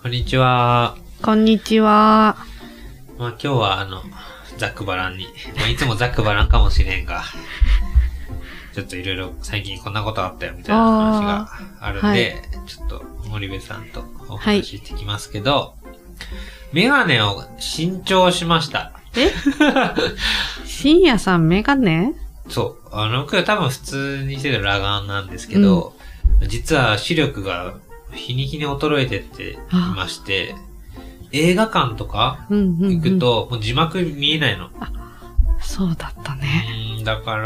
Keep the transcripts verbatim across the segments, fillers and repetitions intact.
こんにちは。 こんにちは。 まあ今日はあの、ざっくばらんに、まあいつもざっくばらんかもしれんが、ちょっといろいろ最近こんなことあったよみたいな話があるんで、はい、ちょっと森部さんとお話ししてきますけど、はい、メガネを新調しました。 え深夜さんメガネ？ そう。あの、僕は多分普通にしてる裸眼なんですけど、うん、実は視力が日に日に衰えてっていまして、映画館とか行くと、もう字幕見えないの。 あ、そうだったね。 うん、だから、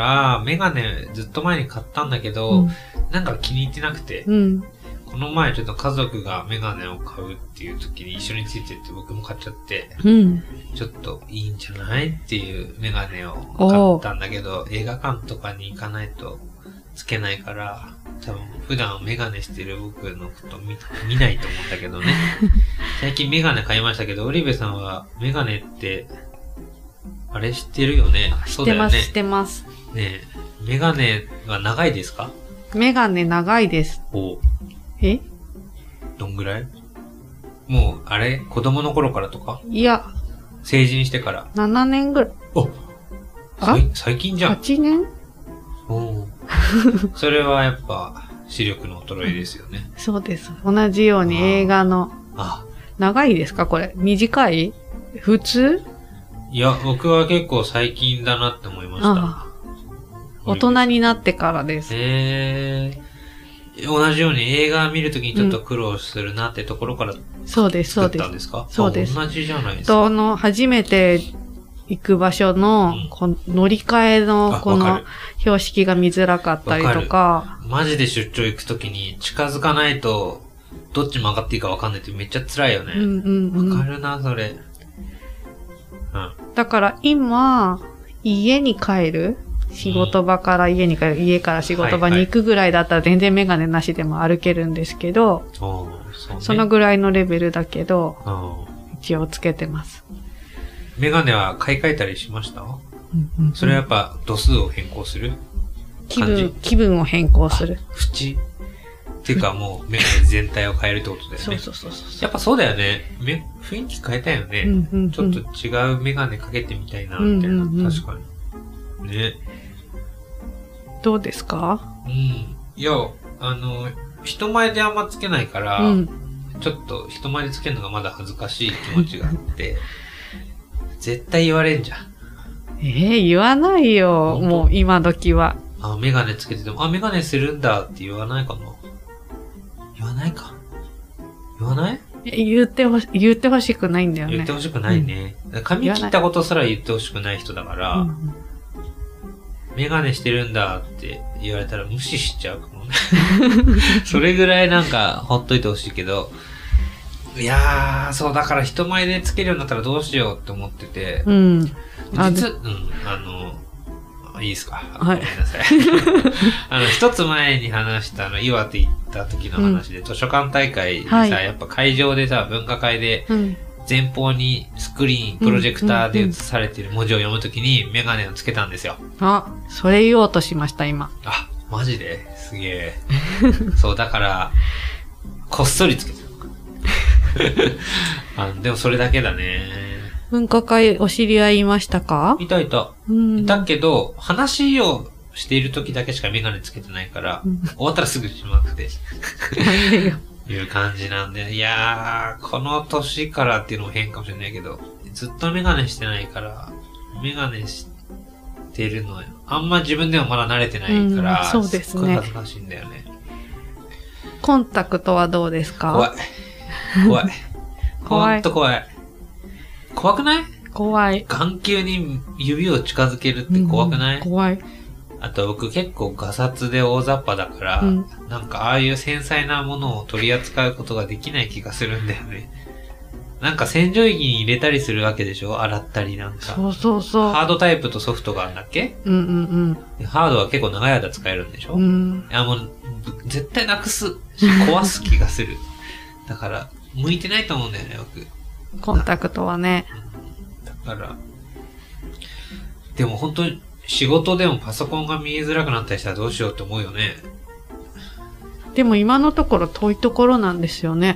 メガネずっと前に買ったんだけど、うん、なんか気に入ってなくて、うん、この前ちょっと家族がメガネを買うっていう時に一緒についてって僕も買っちゃって、うん、ちょっといいんじゃないっていうメガネを買ったんだけど、映画館とかに行かないとつけないから、多分普段メガネしてる僕のこと見、見ないと思うんだけどね。最近メガネ買いましたけど、オリベさんはメガネって、あれ知ってるよね？ 知ってます、知ってます。 ねえ、メガネは長いですか？ メガネ長いです。 おえ？ どんぐらい？もう、あれ？子供の頃からとか？ いや。 成人してから。 ななねんぐらい。 お最近じゃん。 はちねん？ おそれはやっぱ視力の衰えですよね。 そうです。同じように映画の。ああ長いですかこれ？短い？普通？ いや、僕は結構最近だなって思いました。あ大人になってからです。 へー。同じように映画見るときにちょっと苦労するなってところから、うん、 そうです、そうです。 作ったんですか？ そうです。 同じじゃないですか。 と、あの、初めて行く場所の、うん、この乗り換えのこの標識が見づらかったりとか。かマジで出張行くときに近づかないと、どっち曲がっていいかわかんないってめっちゃ辛いよね。うんうんうん。わかるな、それ。 うん。だから今、家に帰る仕事場から家に帰る、うん、家から仕事場に行くぐらいだったら全然メガネなしでも歩けるんですけど、はいはいそうね、そのぐらいのレベルだけど、一応つけてます。 メガネは買い替えたりしました？うんうんうん、それはやっぱ度数を変更する気分、気分を変更する。 縁っていうかもうメガネ全体を変えるってことだよね。 そうそうそうそう。 やっぱそうだよね。雰囲気変えたよね、うんうんうん。ちょっと違うメガネかけてみたいな、みたいな、うんうんうん。確かに。ね。 どうですか？ うん。いや、あの、人前であんまつけないから、うん、ちょっと人前でつけるのがまだ恥ずかしい気持ちがあって、絶対言われんじゃん。 えー、言わないよ。もう今時は。 あ、メガネつけてても、あ、メガネするんだって言わないかな。言わないか。言わない？ 言ってほし、言ってほしくないんだよね。 言ってほしくないね。うん、髪切ったことすら言ってほしくない人だから、うん、メガネしてるんだって言われたら無視しちゃうかもね。それぐらいなんかほっといてほしいけど、いやー、そう、だから人前でつけるようになったらどうしようって思ってて、うん。実、うん、あの、いいですか？はい。ごめんなさい。あの、一つ前に話した、あの、岩手行った時の話で、うん、図書館大会でさ、はい、やっぱ会場でさ、文化会で、前方にスクリーン、プロジェクターで映されている文字を読むときにメガネをつけたんですよ。 あ、それ言おうとしました、今。 あ、マジですげえ。そう、だから、こっそりつけてる。あでもそれだけだね。 文化会お知り合いいましたか？ いたいた。うん、だけど、話をしている時だけしかメガネつけてないから、うん、終わったらすぐしまって。いう感じなんで、いやー、この年からっていうのも変かもしれないけど、ずっとメガネしてないから、メガネしてるのよ。あんま自分でもまだ慣れてないから、うん、そうですね。すっごい恥ずかしいんだよね。 コンタクトはどうですか？ 怖い。怖い。ほんと怖い。怖くない？ 怖い。 眼球に指を近づけるって怖くない？ うん、怖い。 あと僕結構ガサツで大雑把だから、うん、なんかああいう繊細なものを取り扱うことができない気がするんだよね。なんか洗浄液に入れたりするわけでしょ？洗ったりなんか。そうそうそう。ハードタイプとソフトがあるんだっけ？うんうんうん。ハードは結構長い間使えるんでしょ？うん。いやもう、絶対なくす。壊す気がする。だから、向いてないと思うんだよね、僕。 コンタクトはね。 だから、でも本当に仕事でもパソコンが見えづらくなったりしたらどうしようって思うよね。 でも今のところ遠いところなんですよね。 う 、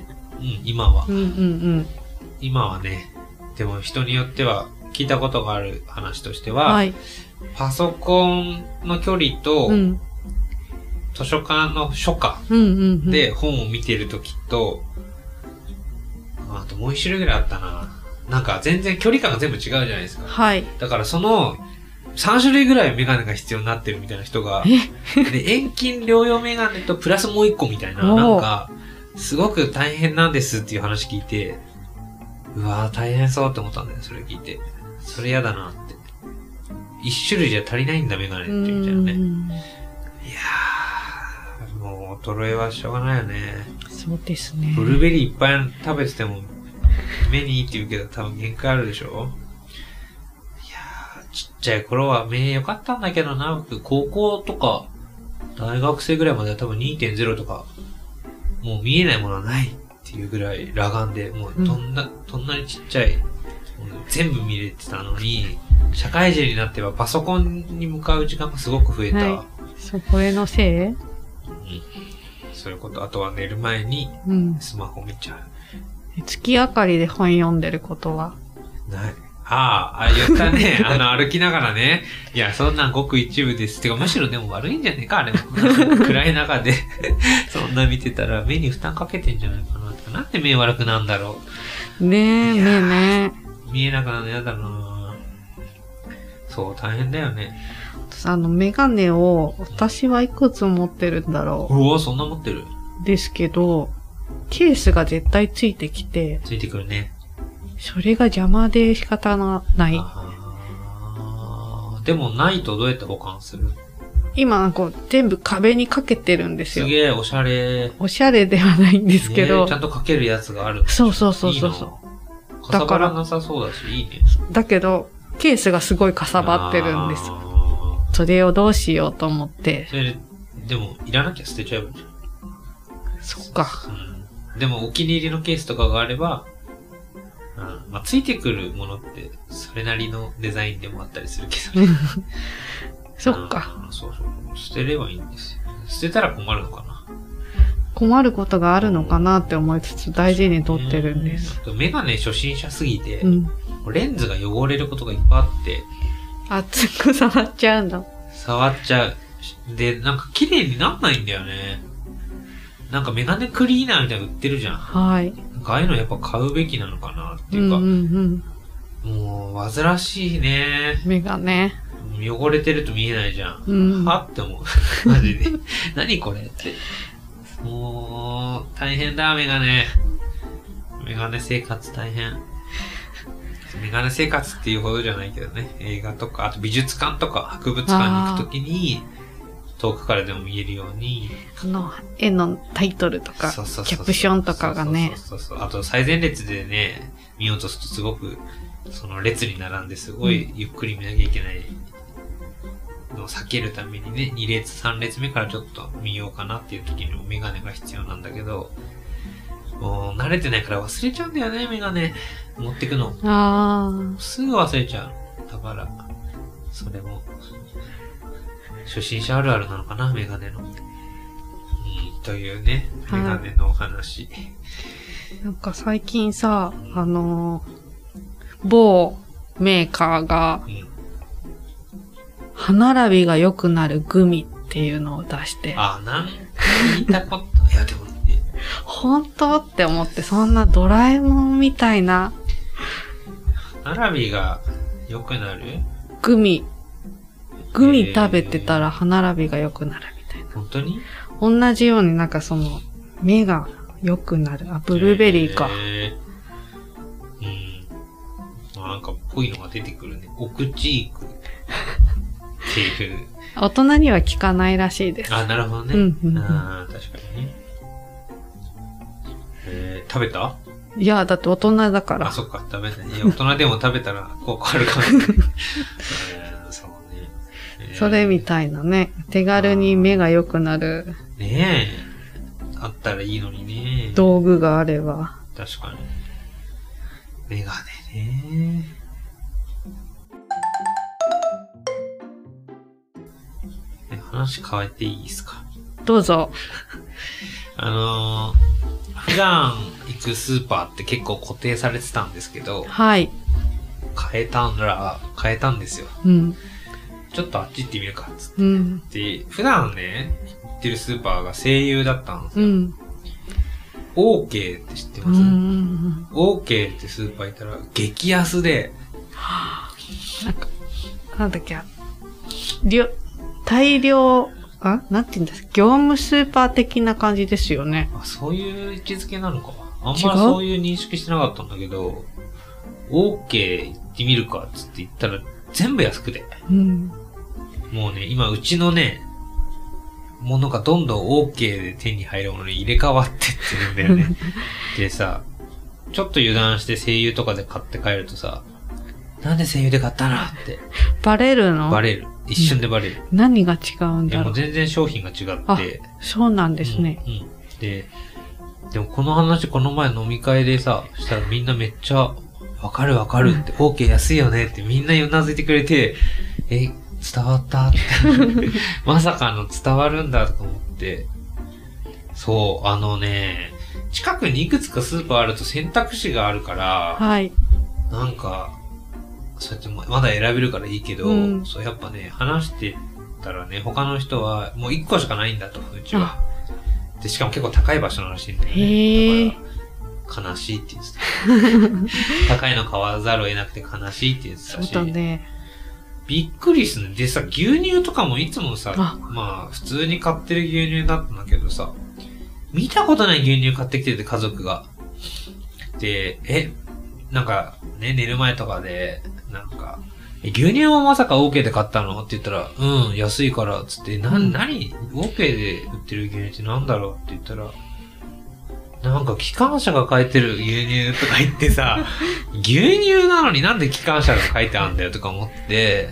今は。 うんうんうん。 今はね、でも人によっては聞いたことがある話としては、はい、パソコンの距離と、うん、図書館の書架で本を見てるときと、あともう一種類ぐらいあったな。なんか全然距離感が全部違うじゃないですか。 はい。 だからそのさん種類ぐらいメガネが必要になってるみたいな人が、で、遠近療養メガネとプラスもう一個みたいな、なんか、すごく大変なんですっていう話聞いて、うわぁ大変そうって思ったんだよ、それ聞いて。それ嫌だなって。一種類じゃ足りないんだメガネってみたいなね。いやー、もう衰えはしょうがないよね。 そうですね。 ブルーベリーいっぱい食べてても目にいいって言うけど多分限界あるでしょ。いやー、ちっちゃい頃は目良かったんだけどな、僕高校とか大学生ぐらいまでは多分 にてんゼロ とかもう見えないものはないっていうぐらい裸眼でもうどんな、うん、どんなにちっちゃい全部見れてたのに、社会人になってはパソコンに向かう時間がすごく増えた。はい、 そこへのせい？うん。 そういうこと。あとは寝る前にスマホ見ちゃう。 うん、月明かりで本読んでることは？ ない。ああ、あ、言ったね。あの、歩きながらね。いや、そんなんごく一部です。てか、むしろでも悪いんじゃねえか、あれも。暗い中で、そんな見てたら目に負担かけてんじゃないかな。なんで目悪くなんだろう。ねえ、目ね。 見えなくなるの嫌だな。そう、大変だよね。 あの、メガネを、私はいくつ持ってるんだろう。 うわ、そんな持ってる？ ですけど、ケースが絶対ついてきて。 ついてくるね。 それが邪魔で仕方がない。 あでもないとどうやって保管する？ 今、こう、全部壁にかけてるんですよ。 すげえ、おしゃれ。 おしゃれではないんですけど。 ね、ちゃんとかけるやつがある。 そうそうそうそう。いいかさばらなさそうだし、いいね。 だけど、ケースがすごいかさばってるんです。それをどうしようと思って。 それ、でも、いらなきゃ捨てちゃえばいいじゃん。 そっか、 うん。でも、お気に入りのケースとかがあれば、うん、まあ、ついてくるものって、それなりのデザインでもあったりするけどね。 そっか、 うん。そうそう。捨てればいいんですよ。捨てたら困るのかな。 困ることがあるのかなって思いつつ大事に取ってるんです。 メガネ初心者すぎて、うん、レンズが汚れることがいっぱいあって。 熱く触っちゃうんだ。 触っちゃう。で、なんか綺麗になんないんだよね。なんかメガネクリーナーみたいなの売ってるじゃん。 はい。 なんかああいうのやっぱ買うべきなのかなっていうか。うんうんうん、もう、煩わしいね。 メガネ。 汚れてると見えないじゃん。 うん、 はって思う。マジで。何これって。もう、大変だ、メガネ。メガネ生活大変。メガネ生活っていうほどじゃないけどね。映画とか、あと美術館とか博物館に行くときに、遠くからでも見えるように。 あの、絵のタイトルとか、キャプションとかがね。 そうそうそう。あと最前列でね、見ようとするとすごく、その列に並んですごいゆっくり見なきゃいけないのを避けるためにね、に列、さん列目からちょっと見ようかなっていう時にもメガネが必要なんだけど、もう慣れてないから忘れちゃうんだよね、メガネ。持ってくの。 ああ。 すぐ忘れちゃう。だから、それも、初心者あるあるなのかな、メガネの。うん、というね、メガネのお話。 なんか最近さ、うん、あのー、某メーカーが、うん、歯並びが良くなるグミっていうのを出して。 あ、なんか聞いたこと、いやでも、 本当って思って、そんなドラえもんみたいな。 歯並びが良くなる？ グミ。グミ食べてたら歯並びが良くなるみたいな。 本当に？ 同じようになんかその、目が良くなる。あ、ブルーベリーか。 えー、うん。なんかっぽいのが出てくるね。オクチークっていう。 大人には効かないらしいです。 あ、なるほどね。うんうんうん、あ、確かにね。えー、食べた？ いや、だって大人だから。 あ、そっか、食べない。いや、大人でも食べたら効果あるかもしれない。えー、そうね、えー。 それみたいなね。手軽に目が良くなる。 ねえ。あったらいいのにね。 道具があれば。 確かに。メガネね。話変えていいですか？ どうぞ。 あのー、普段行くスーパーって結構固定されてたんですけど、 はい。 変えたんら、変えたんですよ。 うん。 ちょっとあっち行ってみるか、つって。 うん。 で、普段ね、行ってるスーパーが西友だったんですよ。 うん。 オーケー って知ってます？ うん。 オーケー ってスーパー行ったら激安で、 なんか、なんだっけ、量、大量、あなんて言うんですか、業務スーパー的な感じですよね。 あ、そういう位置づけなのか。あんまりそういう認識してなかったんだけど、オーケー 行ってみるか、つって言ったら全部安くて。 うん。 もうね、今うちのね、ものがどんどん オーケー で手に入るものに入れ替わってってるんだよね。でさ、ちょっと油断して声優とかで買って帰るとさ、なんで声優で買ったのって。 バレるの？ バレる。一瞬でバレる。 うん、何が違うんだろう。 でも全然商品が違って。あ、 そうなんですね。 うん、うん。で、でもこの話この前飲み会でさ、したらみんなめっちゃ、わかるわかるって、うん、オーケー 安いよねってみんなうなずいてくれて、え、伝わったって。まさかの伝わるんだとか思って。そう、あのね、近くにいくつかスーパーあると選択肢があるから、 はい。 なんか、そうやってまだ選べるからいいけど、うん、そうやっぱね、話してたらね、他の人はもういっこしかないんだと、うちは。で、しかも結構高い場所らしいんだよね。へだから悲しいって言ってた。高いの買わざるを得なくて悲しいって言ってたし。 そうだね。 びっくりするね。でさ、牛乳とかもいつもさ、あまあ、普通に買ってる牛乳だったんだけどさ、見たことない牛乳買ってきてて、家族が。で、え、なんか、ね、寝る前とかで、なんか、牛乳はまさか オーケー で買ったのって言ったら、うん、安いから、つって、な、なに オーケー で売ってる牛乳ってなんだろうって言ったら、なんか機関車が書いてる牛乳とか言ってさ、牛乳なのになんで機関車が書いてあるんだよとか思って、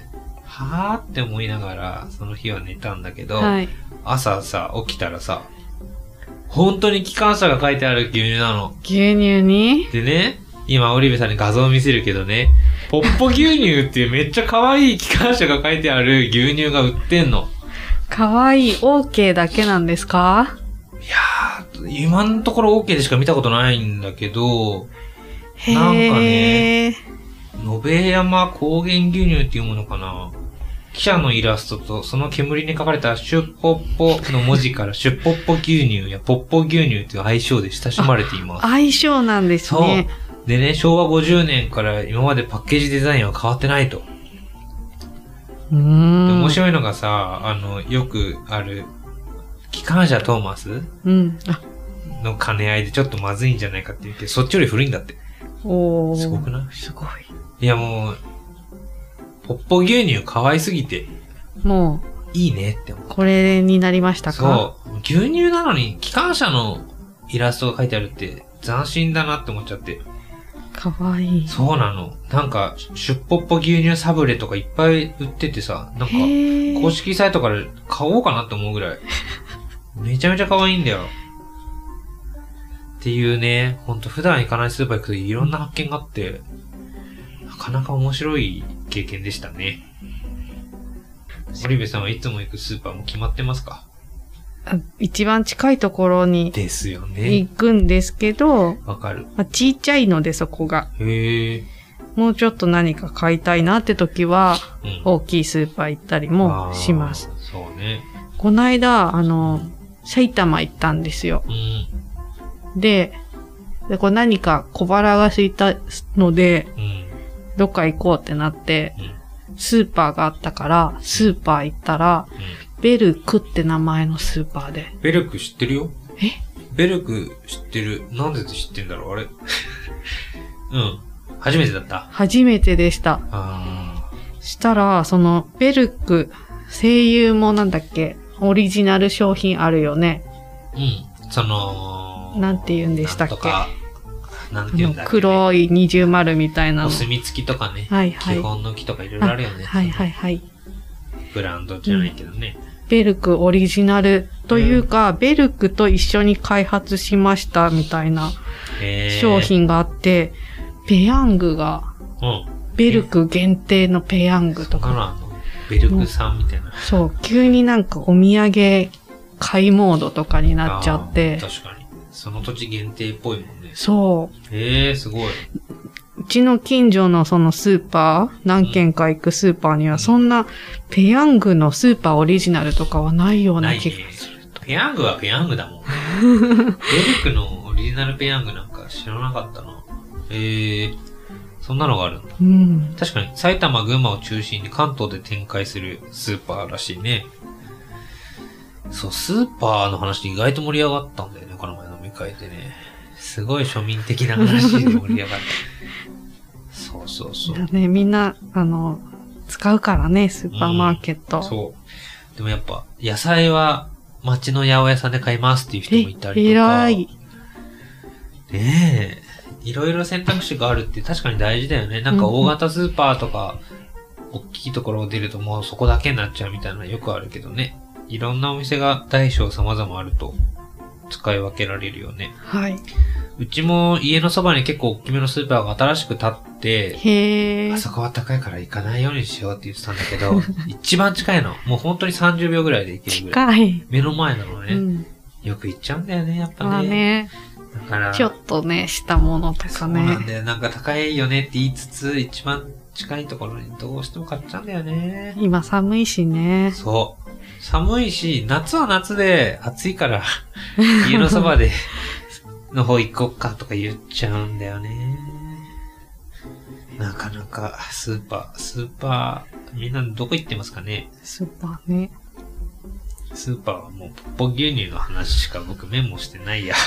はーって思いながら、その日は寝たんだけど、はい、朝さ、起きたらさ、本当に機関車が書いてある牛乳なの。 牛乳に？ でね、今、オリベさんに画像を見せるけどね、ポッポ牛乳っていうめっちゃ可愛い機関車が書いてある牛乳が売ってんの。 可愛い オーケー だけなんですか？ いやー、今のところ オーケー でしか見たことないんだけど、へなんかね、野辺山高原牛乳っていうものかな。記者のイラストとその煙に書かれたシュッポッポの文字からシュッポッポ牛乳やポッポ牛乳という愛称で親しまれています。 愛称なんですね。 そう。でね、しょうわごじゅうねんから今までパッケージデザインは変わってないと。 うーん。 で面白いのがさ、あの、よくある、機関車トーマス、 うん、 の兼ね合いでちょっとまずいんじゃないかって言って、そっちより古いんだって。 おー。 すごくない？ すごい。 いやもう、ポッポ牛乳可愛すぎて、 もう、いいねって思う。 これになりましたか？ そう。牛乳なのに機関車のイラストが書いてあるって斬新だなって思っちゃって。 かわいい。 そうなの。なんか、シュッポッポ牛乳サブレとかいっぱい売っててさ、なんか、公式サイトから買おうかなって思うぐらい。めちゃめちゃ可愛いんだよ。っていうね、ほんと普段行かないスーパー行くといろんな発見があって、なかなか面白い経験でしたね。森部さんはいつも行くスーパーも決まってますか？ 一番近いところにですよね。 行くんですけど、 わかる。 まあ、ちっちゃいのでそこが。 へえ。 もうちょっと何か買いたいなって時は、うん、大きいスーパー行ったりもします。 そうね。 この間、あの、埼玉行ったんですよ。 うん、 で、でこう何か小腹が空いたので、うん、どっか行こうってなって、うん、スーパーがあったから、スーパー行ったら、うんベルクって名前のスーパーで。 ベルク知ってるよ。 えベルク知ってる。なんで知ってんだろうあれ。うん。初めてだった。 初めてでした。 あしたら、その、ベルク、声優もなんだっけオリジナル商品あるよね。 うん。その、 なんて言うんでしたっけなんとか、 なんて言うんだっけ、ね、 黒い二重丸みたいなの。 お墨付きとかね。 はいはい。 基本の木とかいろいろあるよね。 はいはいはい。 ブランドじゃないけどね。 うんベルクオリジナルというか、うん、ベルクと一緒に開発しましたみたいな商品があって、ペヤングが、うん、ベルク限定のペヤングとか。 あら、ベルクさんみたいな。 そう、急になんかお土産買いモードとかになっちゃって、 確かに。 その土地限定っぽいもんね。 そう。 へえ、すごい。 うちの近所のそのスーパー、何軒か行くスーパーには、そんなペヤングのスーパーオリジナルとかはないような気がする。 ペヤングはペヤングだもん。ベルクのオリジナルペヤングなんか知らなかったな。へえ、そんなのがあるんだ。 うん。 確かに埼玉、群馬を中心に関東で展開するスーパーらしいね。そう、スーパーの話意外と盛り上がったんだよね、この前飲み会でね。すごい庶民的な話で盛り上がった。そうそうそう。 だね、みんな、あの、使うからね、スーパーマーケット。 うん、そう。でもやっぱ、野菜は町の八百屋さんで買いますっていう人もいたりとか。 え、偉い。 ねえ。いろいろ選択肢があるって確かに大事だよね。なんか大型スーパーとか、大きいところを出るともうそこだけになっちゃうみたいなのよくあるけどね。いろんなお店が大小様々あると使い分けられるよね。 はい。 うちも家のそばに結構大きめのスーパーが新しく建って、 へー。 あそこは高いから行かないようにしようって言ってたんだけど、一番近いの。もう本当にさんじゅうびょうぐらいで行けるぐらい。 近い。 目の前なのね。 うん、 よく行っちゃうんだよね、やっぱね。 まあね。 だから。 ちょっとね、したものとかね。 そうなんだよ。なんか高いよねって言いつつ、一番近いところにどうしても買っちゃうんだよね。 今寒いしね。 そう。寒いし、夏は夏で暑いから、家のそばで、の方行こっかとか言っちゃうんだよね。なかなか、スーパー、スーパー、みんなどこ行ってますかね？ スーパーね。 スーパーはもう、ポッポ牛乳の話しか僕メモしてないや。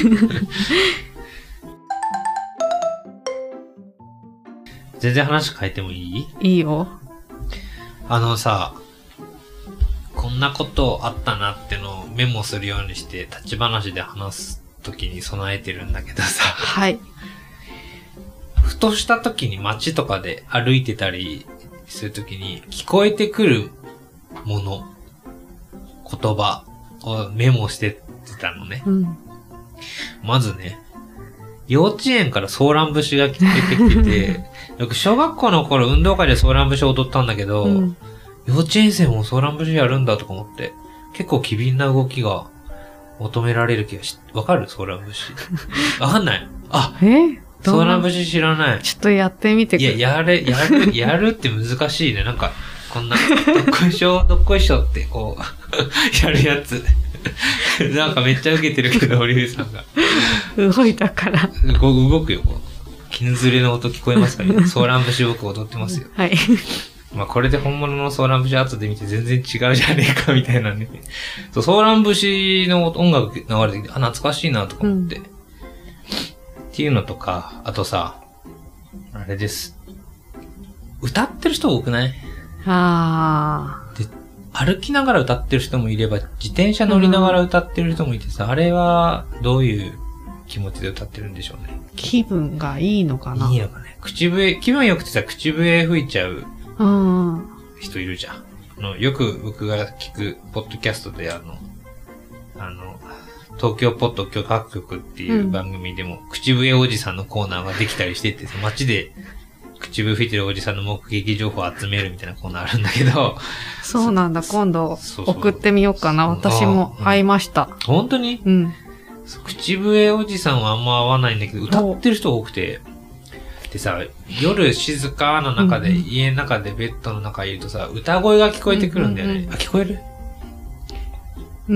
全然話変えてもいい？ いいよ。 あのさ、こんなことあったなってのをメモするようにして立ち話で話すときに備えてるんだけどさ。 はい。 ふとしたときに街とかで歩いてたりするときに聞こえてくるもの、言葉をメモしてってたのね。 うん、 まずね、幼稚園からソーラン節が聞こえてきてて、僕小学校の頃運動会でソーラン節を踊ったんだけど、うん、幼稚園生もソーラン節やるんだとか思って、結構機敏な動きが求められる気がし、わかる？ソーラン節。わかんない。あ、 えソーラン節知らない。 ちょっとやってみてくれ。 いや、やれ、やる、やるって難しいね。なんか、こんな、どっこいしょ、どっこいしょってこう、やるやつ。なんかめっちゃ受けてるけど、オリビさんが。 動いたから。 こう動くよ、こう。絹ずれの音聞こえますかね？ソーラン節僕踊ってますよ。 はい。 まあこれで本物のソーラン節後で見て全然違うじゃねえかみたいなね。そう、ソーラン節の音楽流れてきて、あ、懐かしいなとか思って。うん、っていうのとか、あとさ、あれです。歌ってる人多くない？ ああ。 で、歩きながら歌ってる人もいれば、自転車乗りながら歌ってる人もいてさ、うん、あれはどういう気持ちで歌ってるんでしょうね。 気分がいいのかな？ いいのかね。口笛、気分良くてさ、口笛吹いちゃう人いるじゃん。あの、よく僕が聞くポッドキャストであの、あの、東京ポッド許可局っていう番組でも、うん、口笛おじさんのコーナーができたりしてて、街で口笛吹いてるおじさんの目撃情報を集めるみたいなコーナーあるんだけど。 そうなんだ、今度送ってみようかな。私も会いました。うん、 本当に？ うん。 口笛おじさんはあんま合わないんだけど、歌ってる人多くて。でさ、夜静かな中で、うんうん、家の中でベッドの中にいるとさ、歌声が聞こえてくるんだよね。うんうんうん、あ、聞こえる？ うん、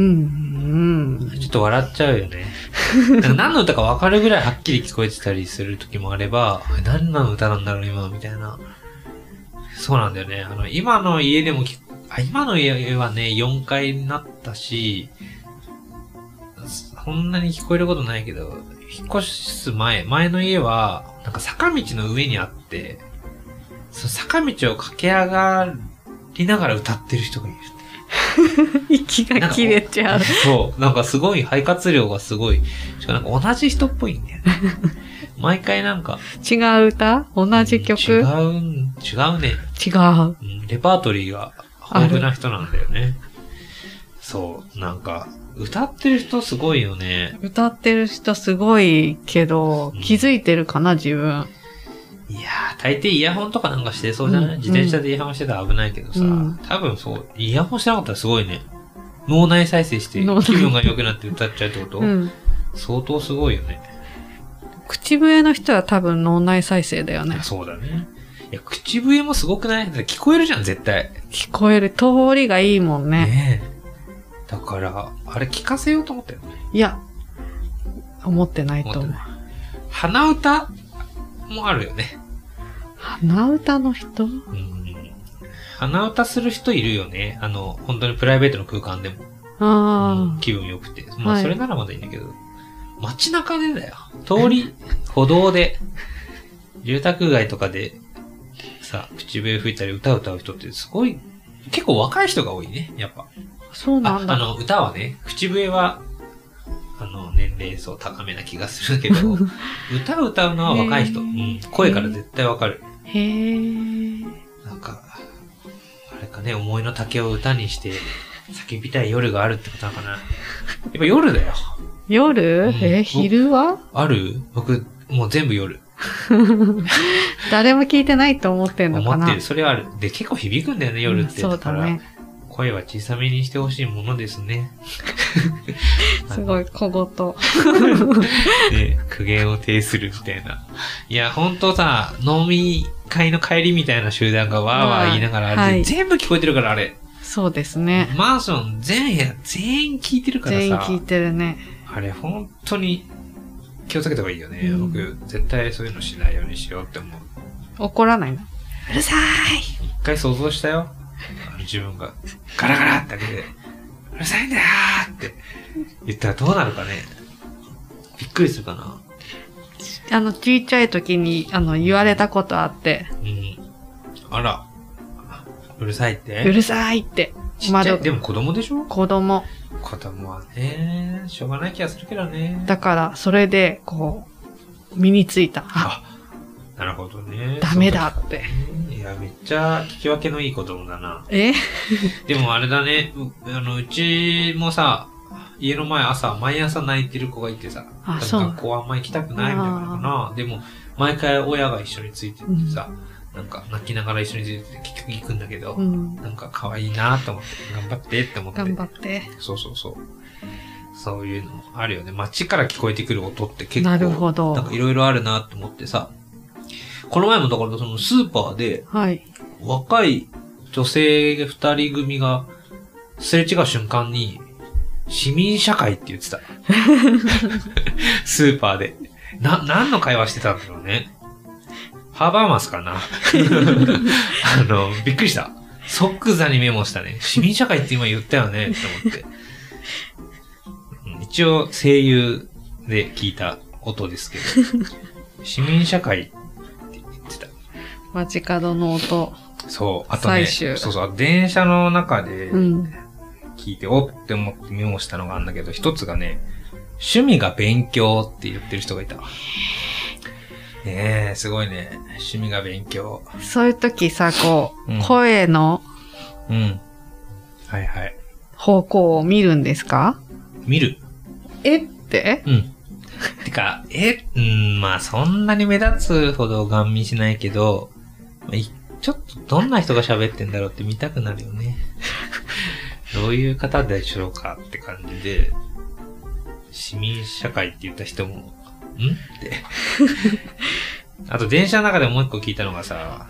うん。 ちょっと笑っちゃうよね。なんか何の歌か分かるぐらいはっきり聞こえてたりする時もあれば、何の歌なんだろう今みたいな。そうなんだよね。あの、今の家でもあ、今の家はね、よんかいになったし、そんなに聞こえることないけど、引っ越す前、前の家は、なんか坂道の上にあって、その坂道を駆け上がりながら歌ってる人がいる。 息が切れちゃう。 そう。なんかすごい肺活量がすごい。しかもなんか同じ人っぽいんだよね。毎回なんか。 違う歌？同じ曲？ 違う、違うね。 違う。 うん、レパートリーが豊富な人なんだよね。そう。なんか、歌ってる人すごいよね。 歌ってる人すごいけど、気づいてるかな、自分。 いやー、大抵イヤホンとかなんかしてそうじゃない、うん、自転車でイヤホンしてたら危ないけどさ、うん、多分そう、イヤホンしてなかったらすごいね。脳内再生して気分が良くなって歌っちゃうってこと、うん、 相当すごいよね。 口笛の人は多分脳内再生だよね。 そうだね。いや、口笛もすごくない？聞こえるじゃん、絶対。 聞こえる。通りがいいもんね。 ねえ。だから、あれ聞かせようと思ったよね。 いや、思ってないと思う。 鼻歌もあるよね。 鼻歌の人？うん。 鼻歌する人いるよね。あの、本当にプライベートの空間でも。 ああ、 うん、気分良くて。まあ、それならまだいいんだけど。はい、街中でだよ。通り、歩道で、住宅街とかで、さ、口笛吹いたり歌を歌う人ってすごい、結構若い人が多いね、やっぱ。 そうなんだ。 あ、あの、歌はね、口笛は、あの、年齢層高めな気がするけど、歌を歌うのは若い人。うん、声から絶対わかる。 へー。 なんか、あれかね、思いの丈を歌にして、叫びたい夜があるってことなのかな。やっぱ夜だよ。 夜、うん、え、昼はある？僕、もう全部夜。 誰も聞いてないと思ってんのかな。 思ってる。それはある。で、結構響くんだよね、夜って。 うん、そうだね。 声は小さめにしてほしいものですね。 すごい小言。 で、苦言を呈するみたいな。いや、ほんとさ、飲み会の帰りみたいな集団がわーわー言いながら、はい、全部聞こえてるから、あれ。 そうですね。 マンション全部全員聞いてるからさ。 全員聞いてるね。 あれ、本当に気をつけた方がいいよね。うん、僕、絶対そういうのしないようにしようって思う。 怒らないの？うるさーい！ 一回想像したよ。あの自分がガラガラって開けて、うるさいんだよーって言ったらどうなるかね。びっくりするかな。 あの、ちっちゃい時に、あの、言われたことあって。 うん。あら。うるさいって？ うるさいって。 ちっちゃい。でも子供でしょ？ 子供。 子供はね、しょうがない気がするけどね。 だから、それで、こう、身についた。 あ、なるほどね。 ダメだって。 いや、めっちゃ聞き分けのいい子供だな。 えでもあれだね、う、あの、うちもさ、家の前朝、毎朝泣いてる子がいてさ、 あ、そう。 学校あんま行きたくないみたいなのかな。でも、毎回親が一緒についてってさ、うん、なんか泣きながら一緒についてて結局行くんだけど、うん、なんか可愛いなと思って、頑張ってって思って。 頑張って。 そうそうそう。そういうのあるよね。街から聞こえてくる音って結構、 なるほど。 なんかいろいろあるなと思ってさ、この前もだからそのスーパーで、 はい、 若い女性二人組がすれ違う瞬間に、市民社会って言ってた。スーパーで。な、何の会話してたんだろうね。ハーバーマスかな。あの、びっくりした。即座にメモしたね。市民社会って今言ったよねって思って。一応声優で聞いた音ですけど。市民社会って言ってた。 街角の音。 そう。あとね、そうそう。電車の中で、うん聞いて、おって思ってメモしたのがあるんだけど、一つがね、趣味が勉強って言ってる人がいた。ねえ、すごいね。趣味が勉強。 そういう時さ、こう、うん、声の、 うん。はいはい。 方向を見るんですか？ 見る。 えって？ うん。てか、え、うん、まあそんなに目立つほどガン見しないけど、ちょっとどんな人が喋ってんだろうって見たくなるよね。どういう方でしょうかって感じで、市民社会って言った人も、んって。あと電車の中でもう一個聞いたのがさ、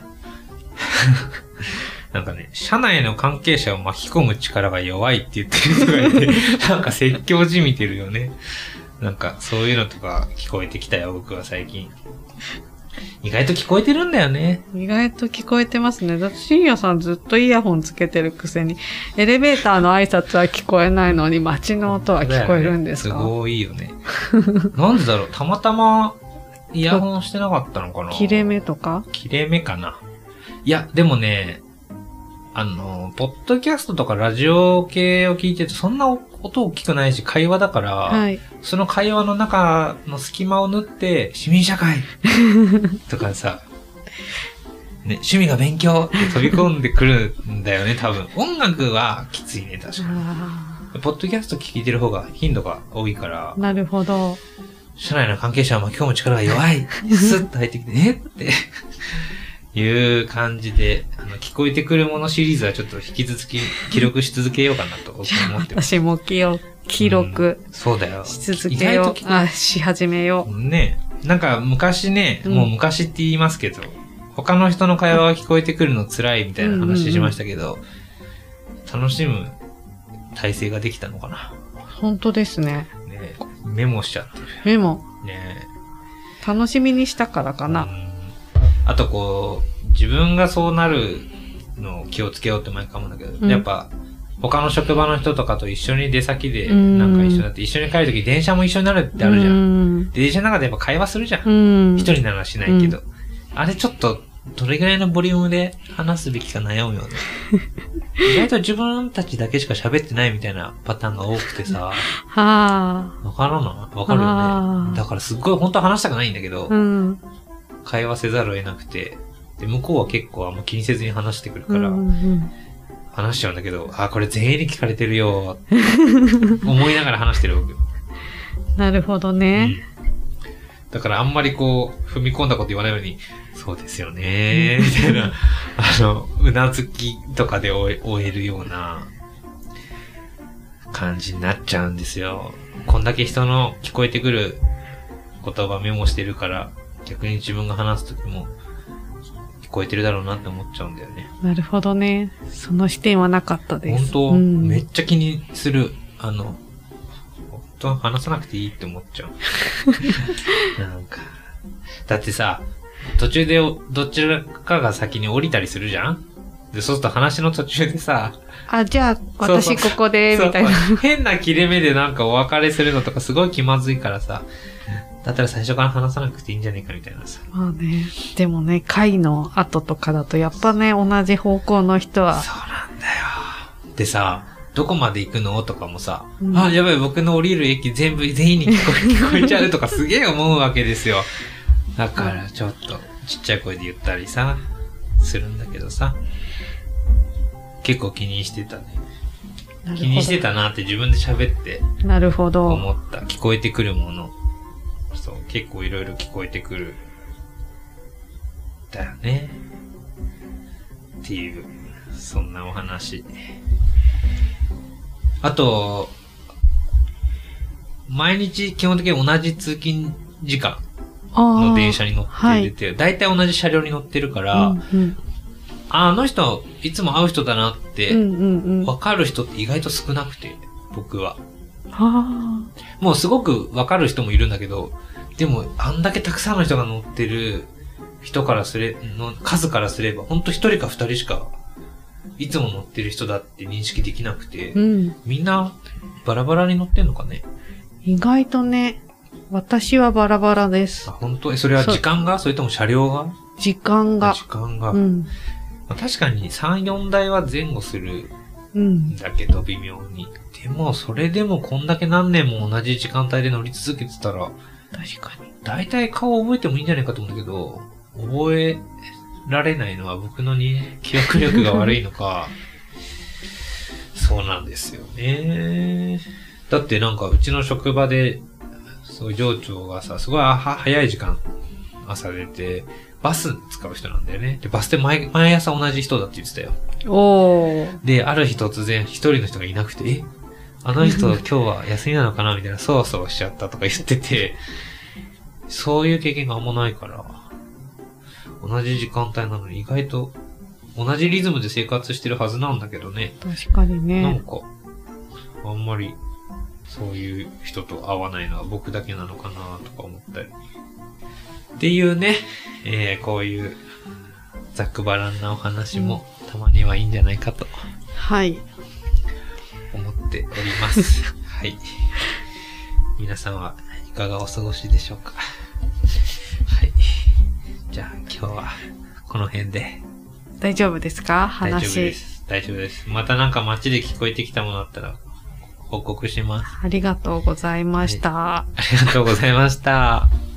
なんかね、車内の関係者を巻き込む力が弱いって言ってる人がいて、なんか説教じみてるよね。なんかそういうのとか聞こえてきたよ、僕は最近。意外と聞こえてるんだよね。 意外と聞こえてますね。だって深夜さんずっとイヤホンつけてるくせに、エレベーターの挨拶は聞こえないのに街の音は聞こえるんですか？ ね、すごいいいよね。なんでだろう、たまたまイヤホンしてなかったのかな？ 切れ目とか？ 切れ目かな。いや、でもね、あの、ポッドキャストとかラジオ系を聞いてるとそんな音大きくないし会話だから、はい、その会話の中の隙間を縫って市民社会とかさ、ね、趣味が勉強って飛び込んでくるんだよね、多分。音楽はきついね、確かに。ポッドキャスト聞いてる方が頻度が多いから。 なるほど。 社内の関係者は巻き込む力が弱い。スッと入ってきて、えっていう感じで、あの、聞こえてくるものシリーズはちょっと引き続き記録し続けようかなと思ってます。 私も聞記録、 うん、そうだよ。 し続けよう。あ、し始めよう。 ね。なんか昔ね、もう昔って言いますけど、うん、他の人の会話が聞こえてくるの辛いみたいな話しましたけど、うんうんうん、楽しむ体制ができたのかな。 本当ですね。 ね、メモしちゃってる。 メモ。 ね。 楽しみにしたからかな。うん、 あとこう、自分がそうなるのを気をつけようって前かもだけど、うん、やっぱ、他の職場の人とかと一緒に出先でなんか一緒になって、一緒に帰るとき電車も一緒になるってあるじゃん。うん、で電車の中でやっぱ会話するじゃん。うん、一人ならしないけど。うん、あれちょっと、どれぐらいのボリュームで話すべきか悩むよね。意外と自分たちだけしか喋ってないみたいなパターンが多くてさ。はぁ。わからないわかるよね。だからすっごい本当は話したくないんだけど、うん、会話せざるを得なくて、で、向こうは結構あんま気にせずに話してくるから、うんうん、話しちゃうんだけど、あ、これ全員に聞かれてるよ、思いながら話してるわけよ。 なるほどね、 うん。だからあんまりこう、踏み込んだこと言わないように、そうですよねみたいな、あの、うなずきとかで終え、終えるような感じになっちゃうんですよ。こんだけ人の聞こえてくる言葉メモしてるから、逆に自分が話すときも聞こえてるだろうなって思っちゃうんだよね。なるほどね。 その視点はなかったです。 本当、うん、めっちゃ気にする。あの、本当は話さなくていいって思っちゃう。なんか。だってさ、途中でどちらかが先に降りたりするじゃん？で、そうすると話の途中でさ、 あ、じゃあ私ここで、みたいな。 変な切れ目でなんかお別れするのとかすごい気まずいからさ、だったら最初から話さなくていいんじゃねえかみたいなさ。 まあね。でもね、会の後とかだとやっぱね、同じ方向の人は。 そうなんだよ。でさ、どこまで行くのとかもさ、うん、あ、やばい、僕の降りる駅全部全員に聞こえ、聞こえちゃうとかすげえ思うわけですよ。だからちょっとちっちゃい声で言ったりさ、するんだけどさ、結構気にしてたね。気にしてたなって自分で喋って。 なるほど。 思った。聞こえてくるもの。そう、結構いろいろ聞こえてくる。だよね。っていう、そんなお話。あと、毎日基本的に同じ通勤時間の電車に乗って出て、はい、大体同じ車両に乗ってるから、うんうん、あの人、いつも会う人だなって、わかる人って意外と少なくて、僕は。はもうすごくわかる人もいるんだけど、でも、あんだけたくさんの人が乗ってる人からすれ、の数からすれば、ほんと一人か二人しか、いつも乗ってる人だって認識できなくて、うん、みんなバラバラに乗ってんのかね？ 意外とね、私はバラバラです。 あ、本当？それは時間が？ そ, それとも車両が？ 時間が。 時間が。うん、まあ、確かにさん、よんだいは前後するんだけど、うん、微妙に。でも、それでもこんだけ何年も同じ時間帯で乗り続けてたら、 確かに。 大体顔覚えてもいいんじゃないかと思うんだけど、覚えられないのは僕のに記憶力が悪いのか、そうなんですよね。だってなんかうちの職場で、そう上長がさ、すごい早い時間朝出て、バス使う人なんだよね。で、バスで毎、毎朝同じ人だって言ってたよ。おー。で、ある日突然一人の人がいなくて、えあの人今日は休みなのかなみたいな、そわそわしちゃったとか言ってて、そういう経験があんまないから、同じ時間帯なのに意外と同じリズムで生活してるはずなんだけどね。 確かにね。 なんか、あんまりそういう人と会わないのは僕だけなのかなとか思ったり。っていうね、えー、こういうざっくばらんなお話もたまにはいいんじゃないかと。 はい。 思っております。はい。皆さんはいかがお過ごしでしょうか。はい。じゃあ今日はこの辺で。 大丈夫ですか？話。 大丈夫です。大丈夫です。またなんか街で聞こえてきたものあったら報告します。 ありがとうございました。 はい、ありがとうございました。